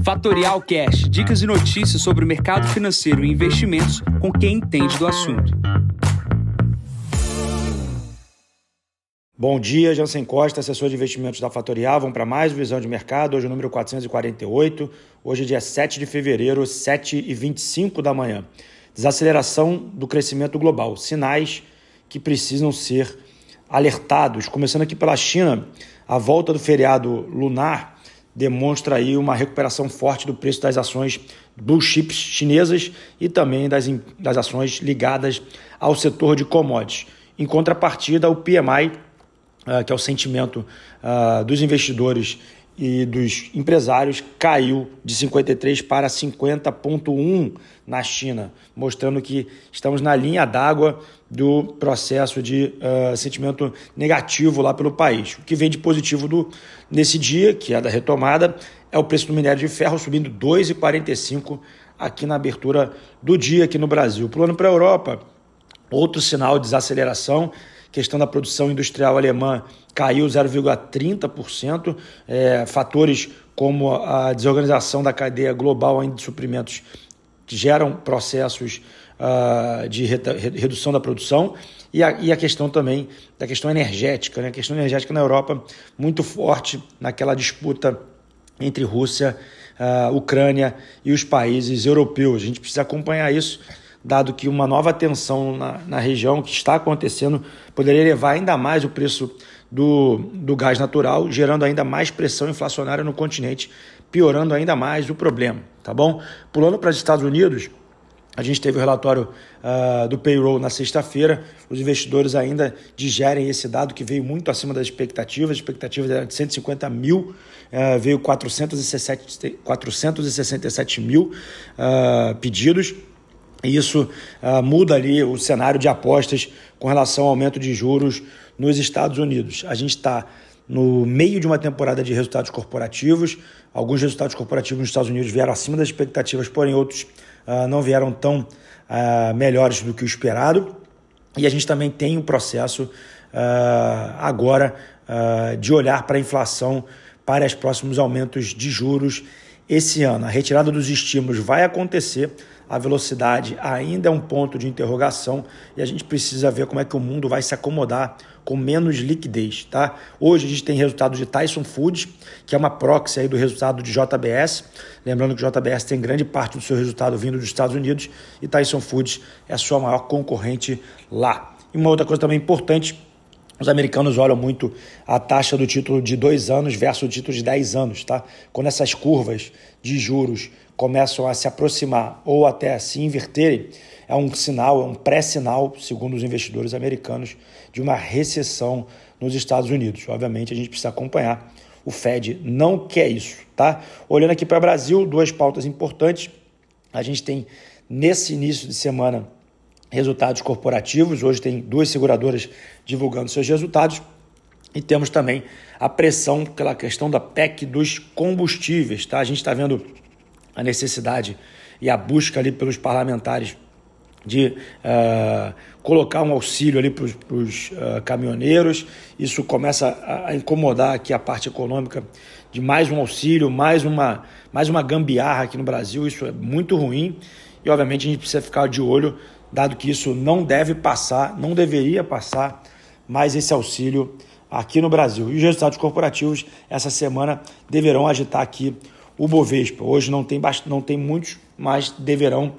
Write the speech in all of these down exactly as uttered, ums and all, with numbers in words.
Fatorial Cash, dicas e notícias sobre o mercado financeiro e investimentos com quem entende do assunto. Bom dia, Jansen Costa, assessor de investimentos da Fatorial. Vamos para mais Visão de Mercado, hoje o número quatrocentos e quarenta e oito, hoje é dia sete de fevereiro, sete e vinte e cinco da manhã. Desaceleração do crescimento global, sinais que precisam ser alertados. Começando aqui pela China, a volta do feriado lunar demonstra aí uma recuperação forte do preço das ações blue chips chinesas e também das, das ações ligadas ao setor de commodities. Em contrapartida, o P M I, uh, que é o sentimento uh, dos investidores e dos empresários, caiu de cinquenta e três para cinquenta vírgula um na China, mostrando que estamos na linha d'água do processo de uh, sentimento negativo lá pelo país. O que vem de positivo do, nesse dia, que é da retomada, é o preço do minério de ferro subindo dois vírgula quarenta e cinco aqui na abertura do dia aqui no Brasil. Pulando para a Europa, outro sinal de desaceleração, questão da produção industrial alemã caiu zero vírgula trinta por cento, é, fatores como a desorganização da cadeia global ainda de suprimentos que geram processos uh, de re- redução da produção e a, e a questão também da questão energética, né? A questão energética na Europa muito forte naquela disputa entre Rússia, uh, Ucrânia e os países europeus. A gente precisa acompanhar isso, dado que uma nova tensão na, na região que está acontecendo poderia elevar ainda mais o preço do, do gás natural, gerando ainda mais pressão inflacionária no continente, piorando ainda mais o problema, tá bom? Pulando para os Estados Unidos, a gente teve o relatório uh, do payroll na sexta-feira. Os investidores ainda digerem esse dado que veio muito acima das expectativas. A expectativa era de cento e cinquenta mil, uh, veio quatrocentos e sessenta e sete mil uh, pedidos. E isso uh, muda ali o cenário de apostas com relação ao aumento de juros nos Estados Unidos. A gente está no meio de uma temporada de resultados corporativos. Alguns resultados corporativos nos Estados Unidos vieram acima das expectativas, porém outros uh, não vieram tão uh, melhores do que o esperado. E a gente também tem um processo uh, agora uh, de olhar para a inflação para os próximos aumentos de juros esse ano. A retirada dos estímulos vai acontecer, a velocidade ainda é um ponto de interrogação e a gente precisa ver como é que o mundo vai se acomodar com menos liquidez, tá? Hoje a gente tem resultado de Tyson Foods, que é uma proxy aí do resultado de J B S. Lembrando que o J B S tem grande parte do seu resultado vindo dos Estados Unidos e Tyson Foods é a sua maior concorrente lá. E uma outra coisa também importante, os americanos olham muito a taxa do título de dois anos versus o título de dez anos, tá? Quando essas curvas de juros começam a se aproximar ou até a se inverterem, é um sinal, é um pré-sinal, segundo os investidores americanos, de uma recessão nos Estados Unidos. Obviamente, a gente precisa acompanhar. O Fed não quer isso, tá? Olhando aqui para o Brasil, duas pautas importantes. A gente tem, nesse início de semana, resultados corporativos. Hoje tem duas seguradoras divulgando seus resultados. E temos também a pressão pela questão da P E C dos combustíveis, tá? A gente está vendo a necessidade e a busca ali pelos parlamentares de uh, colocar um auxílio ali para os uh, caminhoneiros. Isso começa a, a incomodar aqui a parte econômica de mais um auxílio, mais uma, mais uma gambiarra aqui no Brasil. Isso é muito ruim e, obviamente, a gente precisa ficar de olho, dado que isso não deve passar, não deveria passar mais esse auxílio aqui no Brasil. E os resultados corporativos essa semana deverão agitar aqui o Bovespa. Hoje não tem, bast... não tem muitos, mas deverão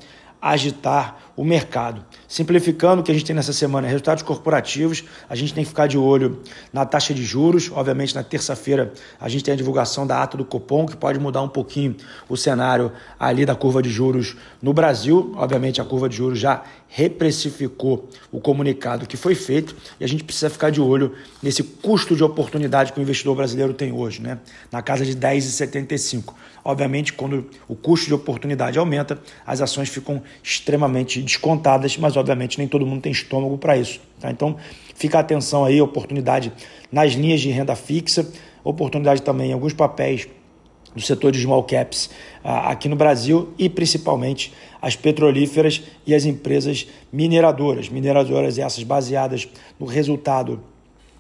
agitar o mercado. Simplificando, o que a gente tem nessa semana é resultados corporativos. A gente tem que ficar de olho na taxa de juros. Obviamente, na terça-feira, a gente tem a divulgação da ata do Copom, que pode mudar um pouquinho o cenário ali da curva de juros no Brasil. Obviamente, a curva de juros já reprecificou o comunicado que foi feito e a gente precisa ficar de olho nesse custo de oportunidade que o investidor brasileiro tem hoje, né? Na casa de dez vírgula setenta e cinco. Obviamente, quando o custo de oportunidade aumenta, as ações ficam extremamente descontadas, mas obviamente nem todo mundo tem estômago para isso, tá? Então, fica atenção aí, oportunidade nas linhas de renda fixa, oportunidade também em alguns papéis do setor de small caps uh, aqui no Brasil e principalmente as petrolíferas e as empresas mineradoras. Mineradoras essas baseadas no resultado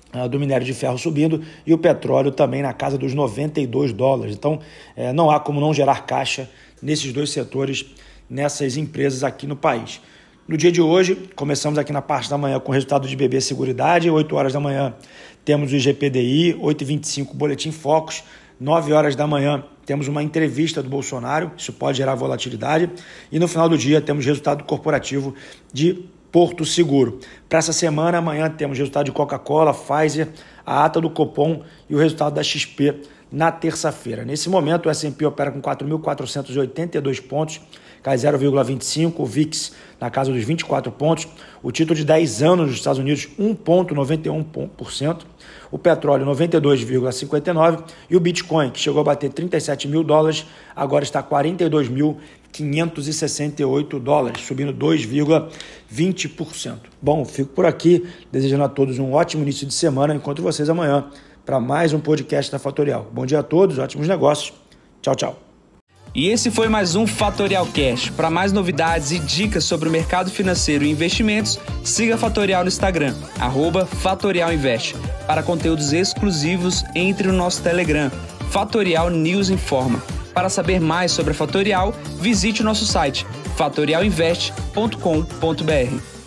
do minério de ferro subindo e o petróleo também na casa dos noventa e dois dólares. Então, é, não há como não gerar caixa nesses dois setores, nessas empresas aqui no país. No dia de hoje, começamos aqui na parte da manhã com o resultado de B B Seguridade, oito horas da manhã temos o I G P D I, oito e vinte e cinco Boletim Focus, nove horas da manhã temos uma entrevista do Bolsonaro, isso pode gerar volatilidade, e no final do dia temos resultado corporativo de Porto Seguro. Para essa semana, amanhã temos resultado de Coca-Cola, Pfizer, a ata do Copom e o resultado da X P na terça-feira. Nesse momento, o S and P opera com quatro mil quatrocentos e oitenta e dois pontos, cai zero vírgula vinte e cinco, o V I X na casa dos vinte e quatro pontos, o título de dez anos dos Estados Unidos um vírgula noventa e um por cento, o petróleo noventa e dois vírgula cinquenta e nove e o Bitcoin, que chegou a bater trinta e sete mil dólares, agora está quarenta e dois mil quinhentos e sessenta e oito dólares, subindo dois vírgula vinte por cento. Bom, fico por aqui, desejando a todos um ótimo início de semana. Encontro vocês amanhã para mais um podcast da Fatorial. Bom dia a todos, ótimos negócios. Tchau, tchau. E esse foi mais um Fatorial Cash. Para mais novidades e dicas sobre o mercado financeiro e investimentos, siga a Fatorial no Instagram, arroba Fatorial Invest. Para conteúdos exclusivos, entre no nosso Telegram, Fatorial News Informa. Para saber mais sobre a Fatorial, visite o nosso site fatorial invest ponto com ponto b r.